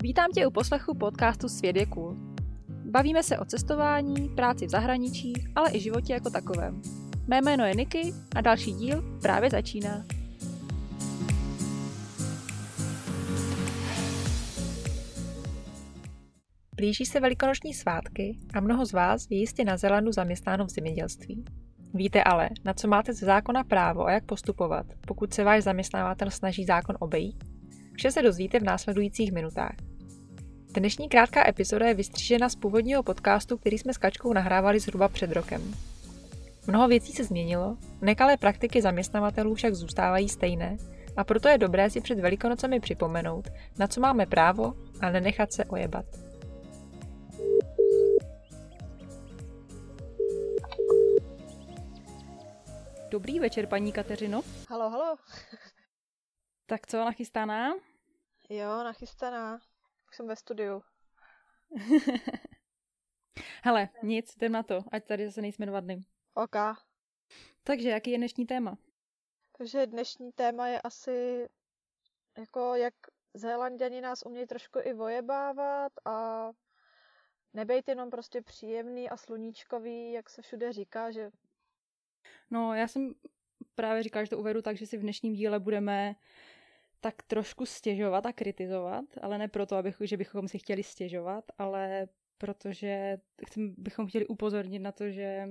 Vítám tě u poslechu podcastu Svět je cool. Bavíme se o cestování, práci v zahraničí, ale i životě jako takovém. Mé jméno je Niky a další díl právě začíná. Blíží se velikonoční svátky a mnoho z vás je jistě na Zélandu zaměstnáno v zemědělství. Víte ale, na co máte ze zákona právo a jak postupovat, pokud se váš zaměstnavatel snaží zákon obejít? Vše se dozvíte v následujících minutách. Dnešní krátká epizoda je vystřížena z původního podcastu, který jsme s Kačkou nahrávali zhruba před rokem. Mnoho věcí se změnilo, nekalé praktiky zaměstnavatelů však zůstávají stejné a proto je dobré si před Velikonocemi připomenout, na co máme právo a nenechat se ojebat. Dobrý večer, paní Kateřino. Halo, halo. Tak co, nachystaná? Jo, nachystaná. Už jsem ve studiu. Hele, nic, jdem na to, ať tady zase nejsme 2 dny. OK. Takže, jaký je dnešní téma? Takže dnešní téma je asi jako jak Zélanďani nás umějí trošku i vojebávat a nebejt jenom prostě příjemný a sluníčkový, jak se všude říká, že... No, já jsem právě říkala, že to uvedu tak, že si v dnešním díle budeme tak trošku stěžovat a kritizovat, ale ne proto, že bychom si chtěli stěžovat, ale protože bychom chtěli upozornit na to, že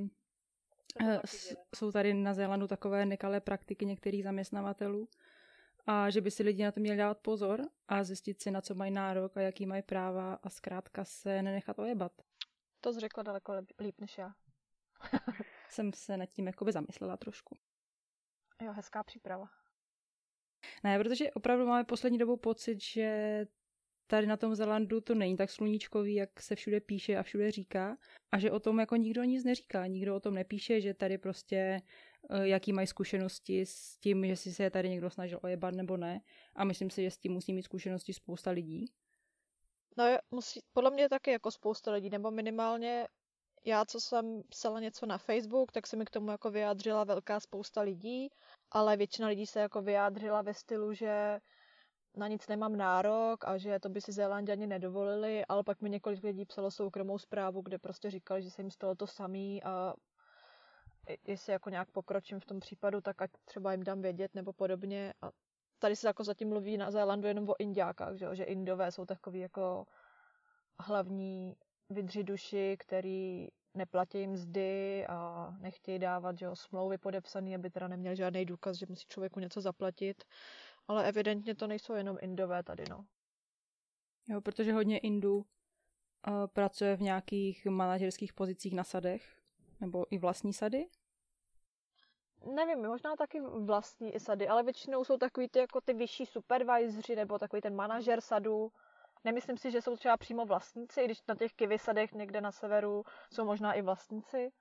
jsou tady na Zélandu takové nekalé praktiky některých zaměstnavatelů a že by si lidi na to měli dávat pozor a zjistit si, na co mají nárok a jaký mají práva a zkrátka se nenechat ojebat. To jsi řekla daleko líp než já. Jsem se nad tím jakoby zamyslela trošku. Jo, hezká příprava. Ne, protože opravdu máme poslední dobou pocit, že tady na tom Zélandu to není tak sluníčkový, jak se všude píše a všude říká. A že o tom jako nikdo nic neříká, nikdo o tom nepíše, že tady prostě jaký mají zkušenosti s tím, že si se tady někdo snažil ojebat nebo ne. A myslím si, že s tím musí mít zkušenosti spousta lidí. No podle mě taky jako spousta lidí, nebo minimálně já, co jsem psala něco na Facebook, tak se mi k tomu jako vyjádřila velká spousta lidí, ale většina lidí se jako vyjádřila ve stylu, že na nic nemám nárok a že to by si Zélanďani nedovolili, ale pak mi několik lidí psalo soukromou zprávu, kde prostě říkali, že se jim stalo to samý a jestli jako nějak pokročím v tom případu, tak ať třeba jim dám vědět nebo podobně. A tady se jako zatím mluví na Zélandu jenom o Indiákách, že Indové jsou takový jako hlavní vydřiduši, který neplatí mzdy a nechtějí dávat smlouvy podepsané, aby teda neměl žádný důkaz, že musí člověku něco zaplatit. Ale evidentně to nejsou jenom Indové tady, no. Jo, protože hodně Indů pracuje v nějakých manažerských pozicích na sadech, nebo i vlastní sady? Nevím, možná taky vlastní i sady, ale většinou jsou takový ty, jako ty vyšší supervisoři, nebo takový ten manažer sadu. Nemyslím si, že jsou třeba přímo vlastníci, i když na těch kiwi sadech někde na severu jsou možná i vlastníci.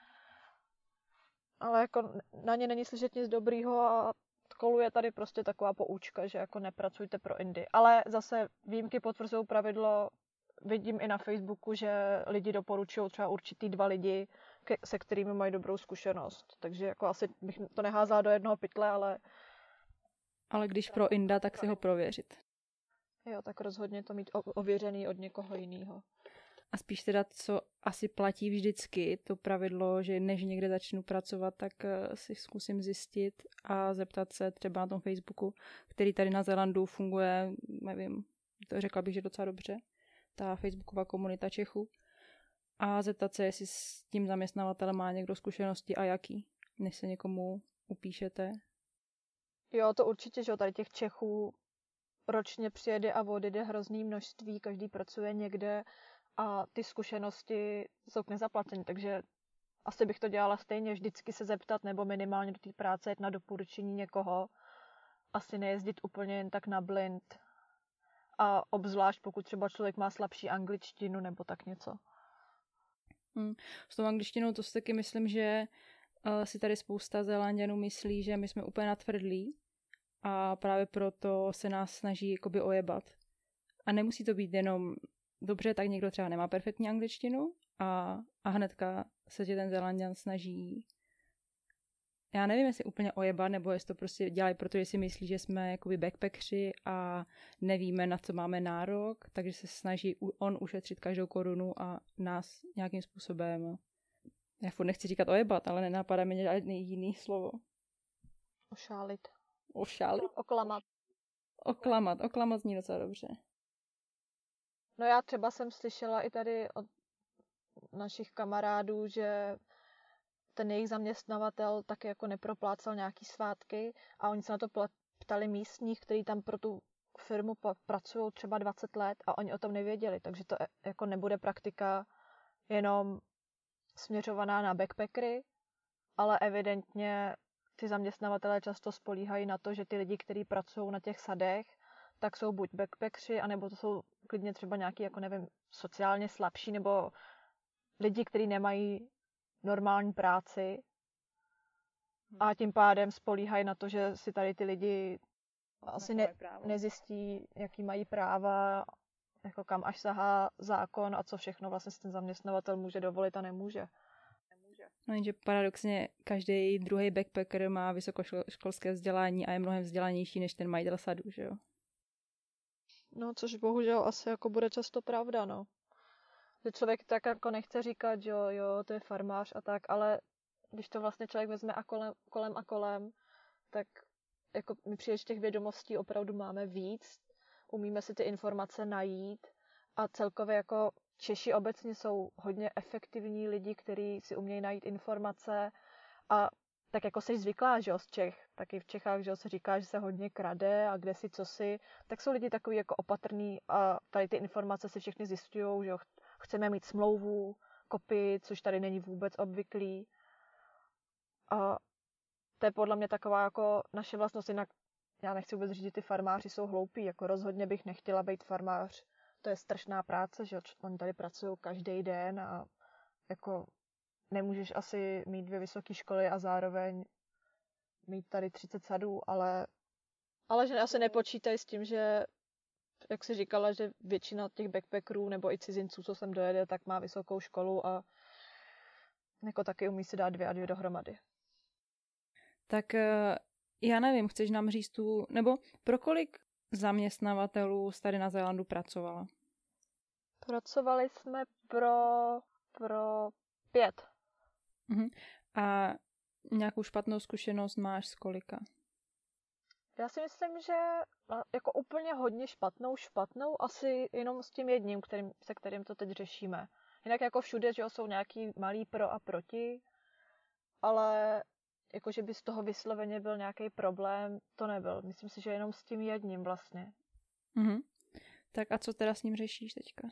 Ale jako na ně není slyšet nic dobrýho a koluje tady prostě taková poučka, že jako nepracujte pro Indy. Ale zase výjimky potvrzují pravidlo, vidím i na Facebooku, že lidi doporučují třeba určitý 2 lidi, se kterými mají dobrou zkušenost. Takže jako asi bych to neházala do jednoho pytle, ale... Ale když pro Inda, tak si ho prověřit. Jo, tak rozhodně to mít ověřený od někoho jiného. A spíš teda, co asi platí vždycky, to pravidlo, že než někde začnu pracovat, tak si zkusím zjistit a zeptat se třeba na tom Facebooku, který tady na Zélandu funguje, nevím, to řekla bych, že docela dobře, ta facebooková komunita Čechů, a zeptat se, jestli s tím zaměstnavatelem má někdo zkušenosti a jaký, než se někomu upíšete. Jo, to určitě, že tady těch Čechů ročně přijede a odjede hrozný množství, každý pracuje někde a ty zkušenosti jsou k nezaplacení, takže asi bych to dělala stejně, vždycky se zeptat nebo minimálně do té práce jet na doporučení někoho. Asi nejezdit úplně jen tak na blind. A obzvlášť pokud třeba člověk má slabší angličtinu nebo tak něco. S tou angličtinou to si taky myslím, že si tady spousta Zélanďanů myslí, že my jsme úplně natvrdlí a právě proto se nás snaží jakoby ojebat. A nemusí to být jenom dobře, tak někdo třeba nemá perfektní angličtinu a hnedka se tě ten Zélanďan snaží já nevím, jestli úplně ojebat, nebo jestli to prostě dělají, protože si myslí, že jsme jakoby backpackři a nevíme, na co máme nárok, takže se snaží on ušetřit každou korunu a nás nějakým způsobem, já furt nechci říkat ojebat, ale nenapadá mi žádný jiný slovo. Ošálit. Ošálit? Oklamat. Oklamat zní docela dobře. No já třeba jsem slyšela i tady od našich kamarádů, že ten jejich zaměstnavatel taky jako neproplácel nějaký svátky a oni se na to ptali místních, kteří tam pro tu firmu pracují třeba 20 let a oni o tom nevěděli, takže to jako nebude praktika jenom směřovaná na backpackery, ale evidentně ty zaměstnavatelé často spolíhají na to, že ty lidi, kteří pracují na těch sadech, tak jsou buď backpackři, anebo to jsou klidně třeba nějaký, jako nevím, sociálně slabší, nebo lidi, kteří nemají normální práci a tím pádem spolíhají na to, že si tady ty lidi asi nezjistí, jaký mají práva, jako kam až sahá zákon a co všechno vlastně si ten zaměstnavatel může dovolit a nemůže. No jenže paradoxně každý druhý backpacker má vysokoškolské vzdělání a je mnohem vzdělanější než ten majitel sadu, že jo? No, což bohužel asi jako bude často pravda, no. Že člověk tak jako nechce říkat, že jo, to je farmář a tak, ale když to vlastně člověk vezme a kolem, tak jako my přijde, že těch vědomostí opravdu máme víc, umíme si ty informace najít a celkově jako Češi obecně jsou hodně efektivní lidi, kteří si umějí najít informace a tak jako jsi zvyklá, že jo, z Čech, taky v Čechách, že jo, se říká, že se hodně krade a kde si, co si, tak jsou lidi takový jako opatrný a tady ty informace si všechny zjišťují, že jo, chceme mít smlouvu, kopii, což tady není vůbec obvyklý. A to je podle mě taková jako naše vlastnost, jinak já nechci vůbec říct, že ty farmáři jsou hloupí, jako rozhodně bych nechtěla být farmář. To je strašná práce, že oni tady pracují každý den a jako nemůžeš asi mít 2 vysoké školy a zároveň mít tady 30 sadů, ale že asi nepočítají s tím, že jak jsi říkala, že většina těch backpackerů nebo i cizinců, co sem dojede, tak má vysokou školu a jako taky umí si dát 2 a 2 dohromady. Tak já nevím, chceš nám říct nebo pro kolik zaměstnavatelů jsi tady na Zélandu pracovala? Pracovali jsme pro 5. A nějakou špatnou zkušenost máš z kolika? Já si myslím, že jako úplně hodně špatnou, asi jenom s tím jedním, se kterým to teď řešíme. Jinak jako všude, že jsou nějaký malý pro a proti, ale jako, že by z toho vysloveně byl nějaký problém, to nebyl. Myslím si, že jenom s tím jedním vlastně. Tak a co teda s ním řešíš teďka?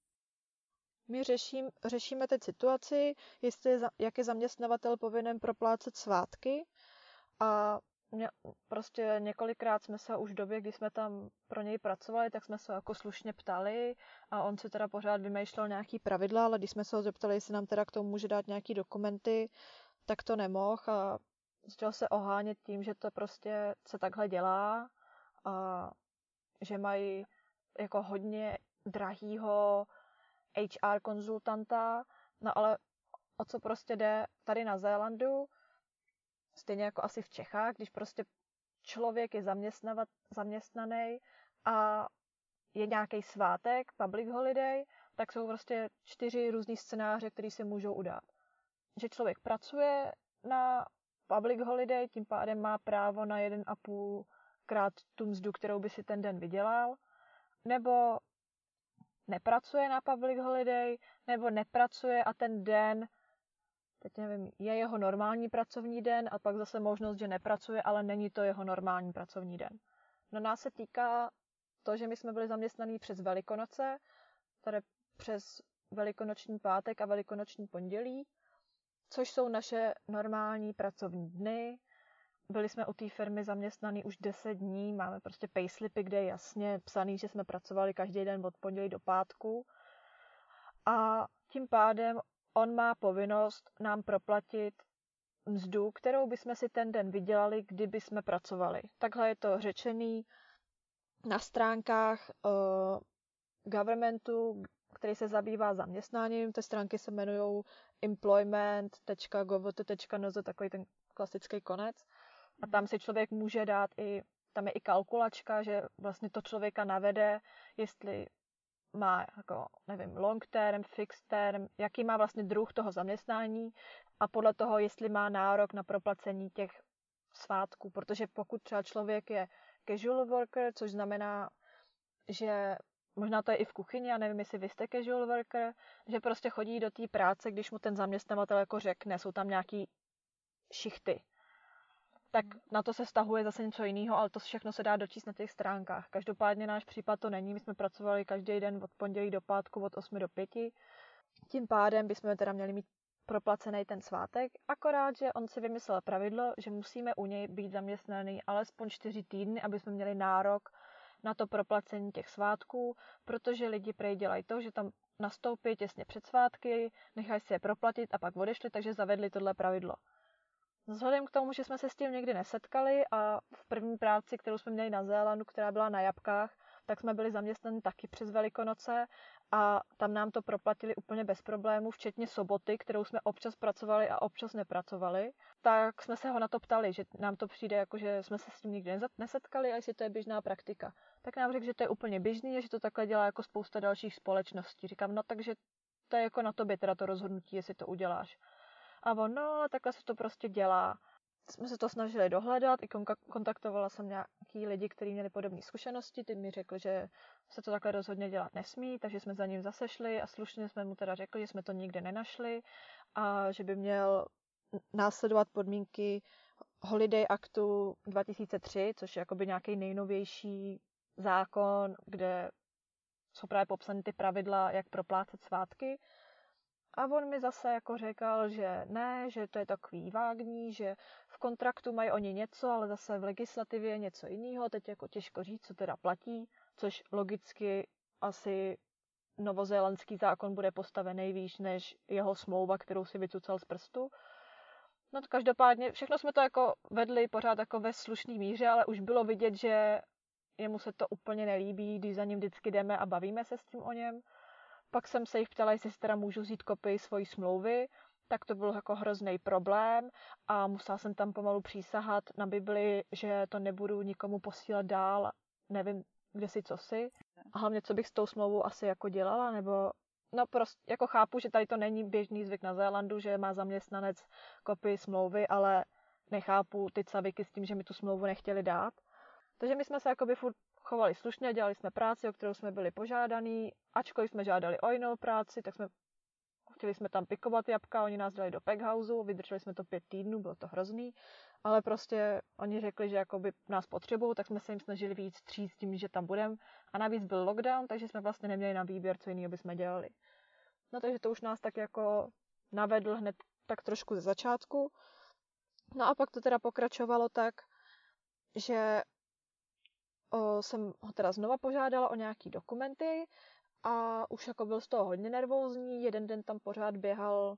My řešíme teď situaci, jak je zaměstnavatel povinen proplácet svátky a prostě několikrát jsme se už v době, kdy jsme tam pro něj pracovali, tak jsme se jako slušně ptali a on si teda pořád vymýšlel nějaký pravidla, ale když jsme se ho zeptali, jestli nám teda k tomu může dát nějaký dokumenty, tak to nemohl a začal se ohánět tím, že to prostě se takhle dělá a že mají jako hodně drahýho HR konzultanta, no ale o co prostě jde tady na Zélandu, stejně jako asi v Čechách, když prostě člověk je zaměstnaný a je nějaký svátek, public holiday, tak jsou prostě 4 různý scénáře, které se můžou udát. Že člověk pracuje na public holiday, tím pádem má právo na 1,5 krát tu mzdu, kterou by si ten den vydělal, nebo nepracuje na public holiday, nebo nepracuje a ten den, teď nevím, je jeho normální pracovní den a pak zase možnost, že nepracuje, ale není to jeho normální pracovní den. No nás se týká to, že my jsme byli zaměstnaní přes Velikonoce, tedy přes Velikonoční pátek a Velikonoční pondělí, což jsou naše normální pracovní dny. Byli jsme u té firmy zaměstnaní už 10 dní, máme prostě payslipy, kde je jasně psaný, že jsme pracovali každý den od pondělí do pátku. A tím pádem on má povinnost nám proplatit mzdu, kterou bychom si ten den vydělali, kdyby jsme pracovali. Takhle je to řečený na stránkách governmentu, který se zabývá zaměstnáním. Ty stránky se jmenují employment.govt.noz, takový ten klasický konec. A tam si člověk může dát tam je i kalkulačka, že vlastně to člověka navede, jestli má, jako, nevím, long term, fixed term, jaký má vlastně druh toho zaměstnání a podle toho, jestli má nárok na proplacení těch svátků. Protože pokud třeba člověk je casual worker, což znamená, že možná to je i v kuchyni, já nevím, jestli vy jste casual worker, že prostě chodí do té práce, když mu ten zaměstnavatel jako řekne, jsou tam nějaký šichty. Tak na to se vztahuje zase něco jiného, ale to všechno se dá dočíst na těch stránkách. Každopádně náš případ to není, my jsme pracovali každý den od pondělí do pátku od 8 do 5. Tím pádem bychom teda měli mít proplacený ten svátek, akorát, že on si vymyslel pravidlo, že musíme u něj být zaměstnaný alespoň 4 týdny, aby jsme měli nárok na to proplacení těch svátků, protože lidi prej dělají to, že tam nastoupí těsně před svátky, nechají si je proplatit a pak odešli, takže zavedli tohle pravidlo. Vzhledem k tomu, že jsme se s tím někdy nesetkali a v první práci, kterou jsme měli na Zélandu, která byla na jablkách, tak jsme byli zaměstnaní taky přes Velikonoce a tam nám to proplatili úplně bez problémů, včetně soboty, kterou jsme občas pracovali a občas nepracovali. Tak jsme se ho na to ptali, že nám to přijde jako, že jsme se s tím nikdy nesetkali a jestli to je běžná praktika. Tak nám řekl, že to je úplně běžný a že to takhle dělá jako spousta dalších společností. Říkám, no takže to je jako na tobě teda to rozhodnutí, jestli to uděláš. A on, no, ale takhle se to prostě dělá. Jsme se to snažili dohledat, i kontaktovala jsem nějaký lidi, kteří měli podobné zkušenosti, ty mi řekli, že se to takhle rozhodně dělat nesmí, takže jsme za ním zase šli a slušně jsme mu teda řekli, že jsme to nikde nenašli a že by měl následovat podmínky Holiday Actu 2003, což je jakoby nějaký nejnovější zákon, kde jsou právě popsány ty pravidla, jak proplácet svátky. A on mi zase jako řekl, že ne, že to je takový vágní, že v kontraktu mají oni něco, ale zase v legislativě je něco jiného. Teď jako těžko říct, co teda platí, což logicky asi novozélandský zákon bude postavený výš než jeho smlouva, kterou si vycucal z prstu. No to každopádně, všechno jsme to jako vedli pořád jako ve slušný míře, ale už bylo vidět, že jemu se to úplně nelíbí, když za ním vždycky jdeme a bavíme se s tím o něm. Pak jsem se jich ptala, jestli si teda můžu vzít kopii svojí smlouvy, tak to byl jako hrozný problém a musela jsem tam pomalu přísahat na Bibli, že to nebudu nikomu posílat dál, nevím, kde si, co si. A hlavně, co bych s tou smlouvou asi jako dělala, nebo no prostě jako chápu, že tady to není běžný zvyk na Zélandu, že má zaměstnanec kopii smlouvy, ale nechápu ty caviky s tím, že mi tu smlouvu nechtěli dát. Takže my jsme se jakoby furt chovali slušně, dělali jsme práci, o kterou jsme byli požádaný, ačkoliv jsme žádali o jinou práci, tak chtěli jsme tam pikovat jabka, oni nás dali do packhouse, vydrželi jsme to 5 týdnů, bylo to hrozný, ale prostě oni řekli, že jakoby nás potřebují, tak jsme se jim snažili víc vstříct tím, že tam budeme. A navíc byl lockdown, takže jsme vlastně neměli na výběr, co jiného bychom dělali. No takže to už nás tak jako navedl hned tak trošku ze začátku. No a pak to teda pokračovalo tak, že jsem ho teda znova požádala o nějaký dokumenty a už jako byl z toho hodně nervózní. Jeden den tam pořád běhala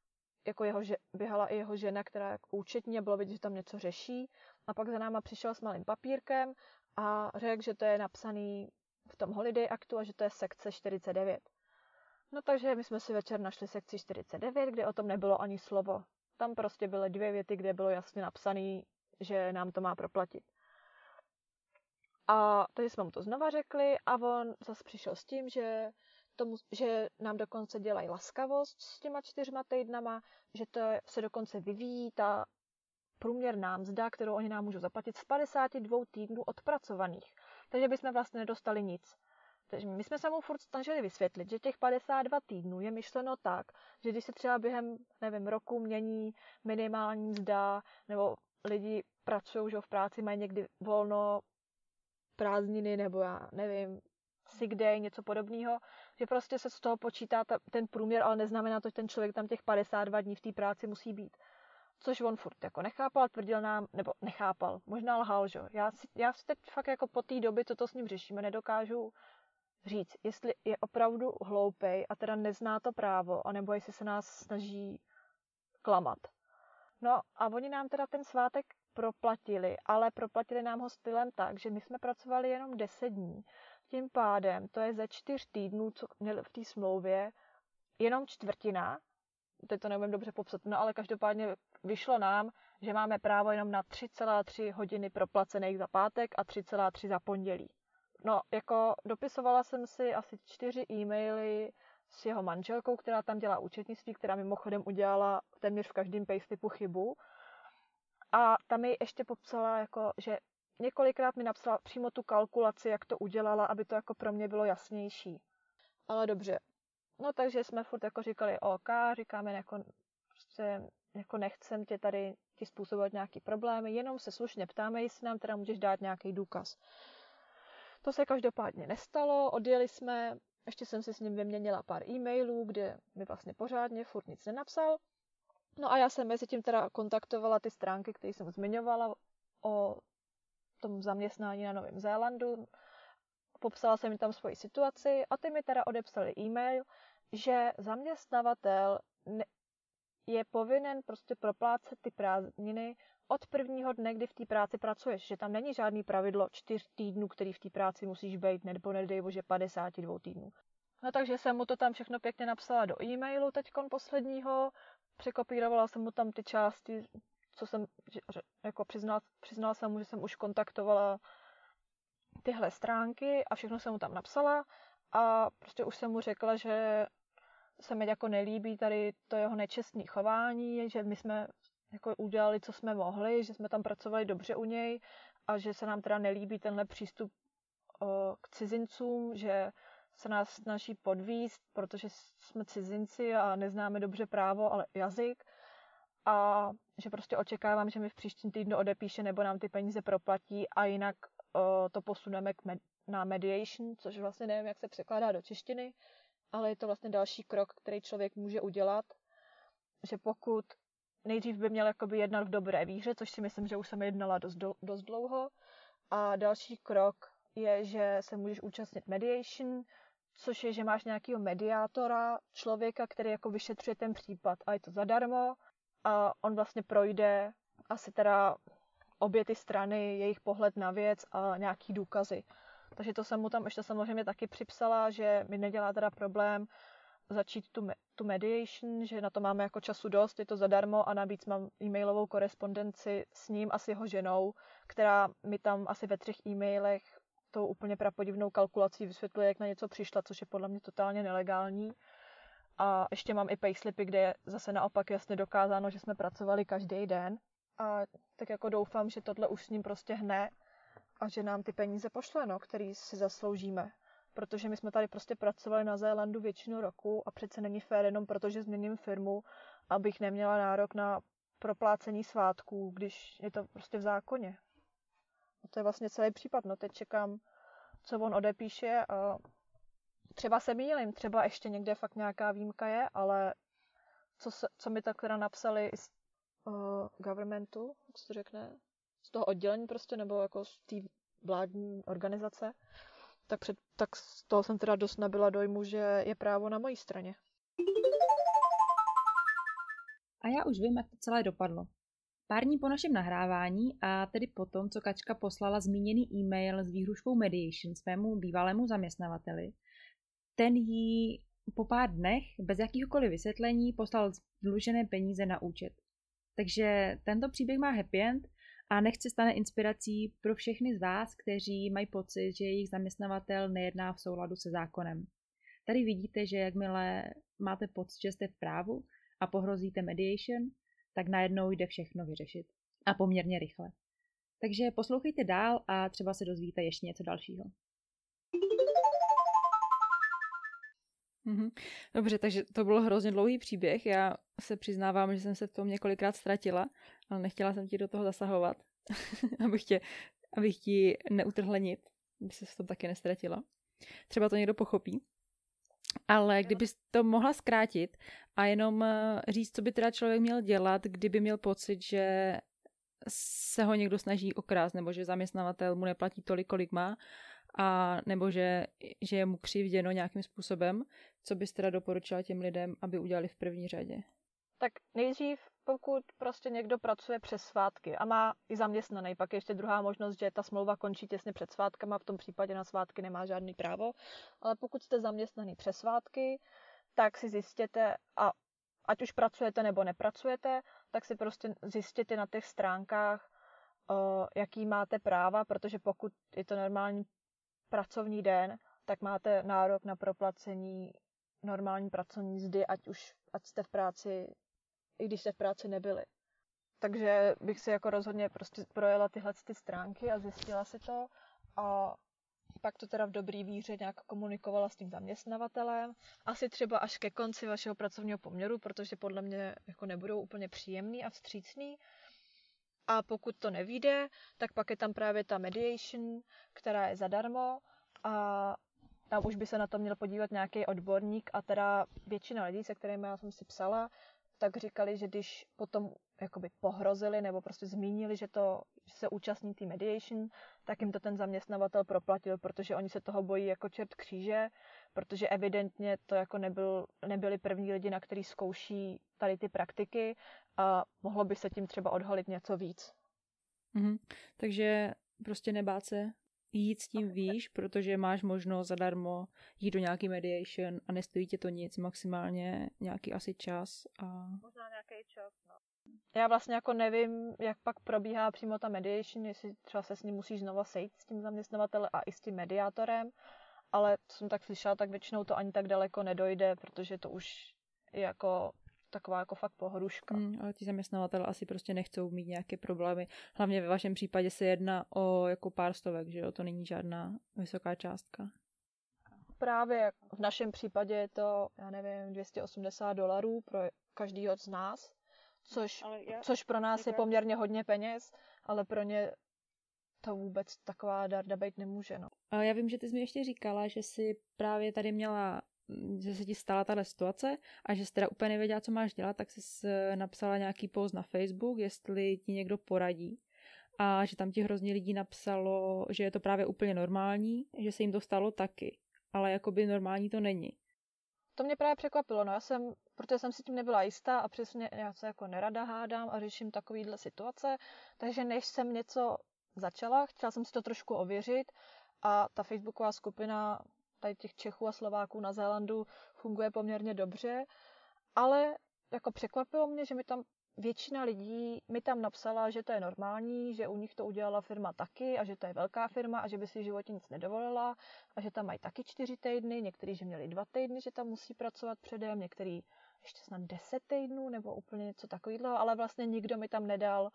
i jeho žena, která jako účetní, bylo vidět, že tam něco řeší. A pak za náma přišel s malým papírkem a řekl, že to je napsaný v tom Holiday Actu a že to je sekce 49. No takže my jsme si večer našli sekci 49, kde o tom nebylo ani slovo. Tam prostě byly 2 věty, kde bylo jasně napsané, že nám to má proplatit. A takže jsme mu to znova řekli a on zase přišel s tím, že nám dokonce dělají laskavost s těma 4 týdnama, že to se dokonce vyvíjí ta průměrná mzda, kterou oni nám můžou zaplatit z 52 týdnů odpracovaných. Takže bychom vlastně nedostali nic. Takže my jsme se mu furt snažili vysvětlit, že těch 52 týdnů je myšleno tak, že když se třeba během, nevím, roku mění minimální mzda, nebo lidi pracují, že v práci mají někdy volno, prázdniny, nebo já nevím, sick day, něco podobného, že prostě se z toho počítá ten průměr, ale neznamená to, že ten člověk tam těch 52 dní v té práci musí být. Což on furt jako nechápal, tvrdil nám, nebo nechápal, možná lhal, že? Já si teď fakt jako po té době, co to s ním řešíme, nedokážu říct, jestli je opravdu hloupej a teda nezná to právo, anebo jestli se nás snaží klamat. No a oni nám teda ten svátek proplatili, ale proplatili nám ho stylem tak, že my jsme pracovali jenom 10 dní. Tím pádem to je ze 4 týdnů, co měli v té smlouvě, jenom čtvrtina, teď to neumím dobře popsat, no ale každopádně vyšlo nám, že máme právo jenom na 3,3 hodiny proplacených za pátek a 3,3 za pondělí. No, jako dopisovala jsem si asi 4 e-maily s jeho manželkou, která tam dělá účetnictví, která mimochodem udělala téměř v každém payslipu chybu. A tam mi ještě popsala, jako, že několikrát mi napsala přímo tu kalkulaci, jak to udělala, aby to jako pro mě bylo jasnější. Ale dobře. No takže jsme furt jako říkali OK, říkáme jako, prostě, jako nechcem tě tady ti způsobovat nějaký problémy, jenom se slušně ptáme, jestli nám teda můžeš dát nějaký důkaz. To se každopádně nestalo, odjeli jsme, ještě jsem si s ním vyměnila pár e-mailů, kde mi vlastně pořádně furt nic nenapsal. No a já jsem mezi tím teda kontaktovala ty stránky, které jsem zmiňovala o tom zaměstnání na Novém Zélandu. Popsala jsem jim tam svoji situaci a ty mi teda odepsali e-mail, že zaměstnavatel je povinen prostě proplácet ty prázdniny od prvního dne, kdy v té práci pracuješ. Že tam není žádný pravidlo 4 týdnů, který v té práci musíš být, nebo nedej bože 52 týdnů. No takže jsem mu to tam všechno pěkně napsala do e-mailu teďkon posledního, překopírovala jsem mu tam ty části, co jsem, jako přiznala jsem mu, že jsem už kontaktovala tyhle stránky a všechno jsem mu tam napsala a prostě už jsem mu řekla, že se mi jako nelíbí tady to jeho nečestné chování, že my jsme jako udělali, co jsme mohli, že jsme tam pracovali dobře u něj a že se nám teda nelíbí tenhle přístup k cizincům, že se nás snaží podvízt, protože jsme cizinci a neznáme dobře právo, ale jazyk. A že prostě očekávám, že mi v příštím týdnu odepíše nebo nám ty peníze proplatí a jinak to posuneme na mediation, což vlastně nevím, jak se překládá do češtiny, ale je to vlastně další krok, který člověk může udělat, že pokud nejdřív by měl jakoby jednat v dobré víře, což si myslím, že už jsem jednala dost dlouho, a další krok je, že se můžeš účastnit mediation, což je, že máš nějakého mediátora, člověka, který jako vyšetřuje ten případ a je to zadarmo a on vlastně projde asi teda obě ty strany, jejich pohled na věc a nějaký důkazy. Takže to jsem mu tam ještě samozřejmě taky připsala, že mi nedělá teda problém začít tu mediation, že na to máme jako času dost, je to zadarmo a navíc mám e-mailovou korespondenci s ním a s jeho ženou, která mi tam asi ve 3 e-mailech tou úplně prapodivnou kalkulací vysvětluje, jak na něco přišla, což je podle mě totálně nelegální. A ještě mám i payslipy, kde je zase naopak jasně dokázáno, že jsme pracovali každý den. A tak jako doufám, že tohle už s ním prostě hne a že nám ty peníze pošle, no, který si zasloužíme. Protože my jsme tady prostě pracovali na Zélandu většinu roku a přece není fér jenom protože změním firmu, abych neměla nárok na proplácení svátků, když je to prostě v zákoně. A to je vlastně celý případ, no teď čekám, co on odepíše a třeba se mýlím, třeba ještě někde fakt nějaká výjimka je, ale co mi tak teda napsali z governmentu, jak se to řekne, z toho oddělení prostě, nebo jako z té vládní organizace, tak z toho jsem teda dost nabyla dojmu, že je právo na mojí straně. A já už vím, jak to celé dopadlo. Pár dní po našem nahrávání a tedy potom, co Kačka poslala zmíněný e-mail s výhruškou mediation svému bývalému zaměstnavateli, ten jí po pár dnech bez jakýhokoliv vysvětlení poslal dlužené peníze na účet. Takže tento příběh má happy end a nechť se stane inspirací pro všechny z vás, kteří mají pocit, že jejich zaměstnavatel nejedná v souladu se zákonem. Tady vidíte, že jakmile máte pocit, že jste v právu a pohrozíte mediation, tak najednou jde všechno vyřešit. A poměrně rychle. Takže poslouchejte dál a třeba se dozvíte ještě něco dalšího. Dobře, takže to byl hrozně dlouhý příběh. Já se přiznávám, že jsem se v tom několikrát ztratila, ale nechtěla jsem ti do toho zasahovat, abych ti neutrhlenit, aby se v tom taky nestratila. Třeba to někdo pochopí. Ale kdybys to mohla zkrátit a jenom říct, co by teda člověk měl dělat, kdyby měl pocit, že se ho někdo snaží okrást, nebo že zaměstnavatel mu neplatí tolik, kolik má, a nebo že je mu křivděno nějakým způsobem, co bys teda doporučila těm lidem, aby udělali v první řadě? Tak nejdřív, pokud prostě někdo pracuje přes svátky a má i zaměstnaný, pak je ještě druhá možnost, že ta smlouva končí těsně před svátkama, v tom případě na svátky nemá žádný právo, ale pokud jste zaměstnaný přes svátky, tak si zjistěte, a ať už pracujete nebo nepracujete, tak si prostě zjistěte na těch stránkách, jaký máte práva, protože pokud je to normální pracovní den, tak máte nárok na proplacení normální pracovní mzdy, ať jste v práci, i když jste v práci nebyli. Takže bych si jako rozhodně prostě projela tyhle ty stránky a zjistila si to a pak to teda v dobrý víře nějak komunikovala s tím zaměstnavatelem. Asi třeba až ke konci vašeho pracovního poměru, protože podle mě jako nebudou úplně příjemný a vstřícný. A pokud to nevyjde, tak pak je tam právě ta mediation, která je zadarmo a tam už by se na to měl podívat nějaký odborník a teda většina lidí, se kterými já jsem si psala, tak říkali, že když potom jakoby pohrozili nebo prostě zmínili, že se účastní té mediation, tak jim to ten zaměstnavatel proplatil, protože oni se toho bojí jako čert kříže, protože evidentně to jako nebyli první lidi, na který zkouší tady ty praktiky a mohlo by se tím třeba odhalit něco víc. Takže prostě nebát se jít s tím výš, protože máš možnost zadarmo jít do nějaký mediation a nestojí tě to nic, maximálně nějaký asi čas. Možná nějaký čas, no. Já vlastně jako nevím, jak pak probíhá přímo ta mediation, jestli třeba se s ním musíš znova sejít s tím zaměstnavatelem a i s tím mediátorem, ale co jsem tak slyšela, tak většinou to ani tak daleko nedojde, protože to už je jako taková jako fakt pohruška. Ale ti zaměstnavatelé asi prostě nechcou mít nějaké problémy. Hlavně ve vašem případě se jedná o jako pár stovek, že jo? To není žádná vysoká částka. Právě v našem případě je to, já nevím, $280 pro každýho z nás, což pro nás je poměrně hodně peněz, ale pro ně to vůbec taková darda být nemůže. No. Ale já vím, že ty jsi mi ještě říkala, že jsi právě tady měla, že se ti stala tahle situace a že jsi teda úplně nevěděla, co máš dělat, tak jsi napsala nějaký post na Facebook, jestli ti někdo poradí. A že tam ti hrozně lidí napsalo, že je to právě úplně normální, že se jim to stalo taky. Ale jakoby normální to není. To mě právě překvapilo, no protože jsem si tím nebyla jistá a přesně já se jako nerada hádám a řeším takovýhle situace, takže než jsem něco začala, chtěla jsem si to trošku ověřit a ta facebooková skupina tady těch Čechů a Slováků na Zélandu funguje poměrně dobře, ale jako překvapilo mě, že mi tam většina lidí mi tam napsala, že to je normální, že u nich to udělala firma taky a že to je velká firma a že by si v životě nic nedovolila a že tam mají taky 4 týdny, někteří, že měli 2 týdny, že tam musí pracovat předem, některý ještě snad 10 týdnů nebo úplně něco takového, ale vlastně nikdo mi tam nedal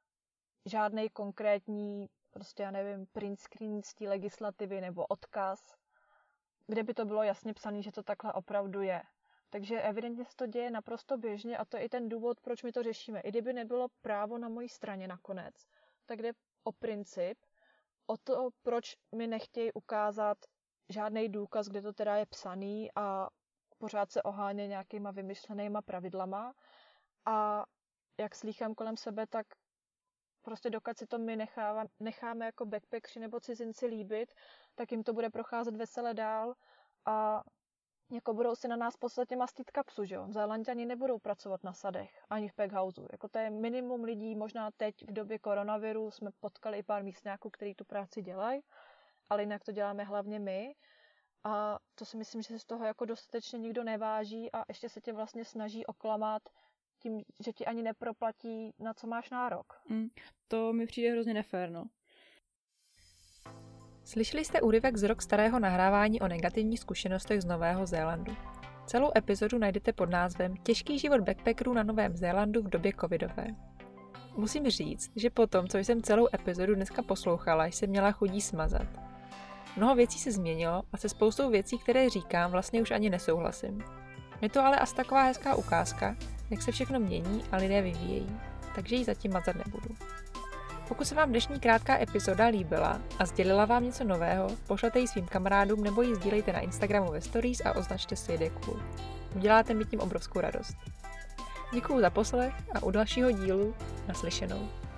žádnej konkrétní, prostě já nevím, print screen z té legislativy nebo odkaz, kde by to bylo jasně psané, že to takhle opravdu je. Takže evidentně se to děje naprosto běžně a to je i ten důvod, proč my to řešíme. I kdyby nebylo právo na mojí straně nakonec, tak jde o princip, o to, proč mi nechtějí ukázat žádný důkaz, kde to teda je psaný a pořád se oháně nějakýma vymyšlenýma pravidlama. A jak slýchám kolem sebe, tak prostě dokud si to my necháme jako backpackři nebo cizinci líbit, tak jim to bude procházet vesele dál a jako budou si na nás v podstatě mastit kapsu, že jo? Zélanďani nebudou pracovat na sadech, ani v packhouseu. Jako to je minimum lidí, možná teď v době koronaviru jsme potkali i pár místňáků, kteří tu práci dělají, ale jinak to děláme hlavně my. A to si myslím, že se z toho jako dostatečně nikdo neváží a ještě se tě vlastně snaží oklamat tím, že ti ani neproplatí, na co máš nárok. To mi přijde hrozně nefér, no. Slyšeli jste úryvek z rok starého nahrávání o negativních zkušenostech z Nového Zélandu. Celou epizodu najdete pod názvem Těžký život backpackerů na Novém Zélandu v době covidové. Musím říct, že po tom, co jsem celou epizodu dneska poslouchala, jsem měla chudí smazat. Mnoho věcí se změnilo a se spoustou věcí, které říkám, vlastně už ani nesouhlasím. Je to ale asi taková hezká ukázka, jak se všechno mění a lidé vyvíjejí, takže ji zatím mazat nebudu. Pokud se vám dnešní krátká epizoda líbila a sdělila vám něco nového, pošlete ji svým kamarádům nebo ji sdílejte na Instagramu ve stories a označte si je cool. Uděláte mi tím obrovskou radost. Děkuju za poslech a u dalšího dílu naslyšenou.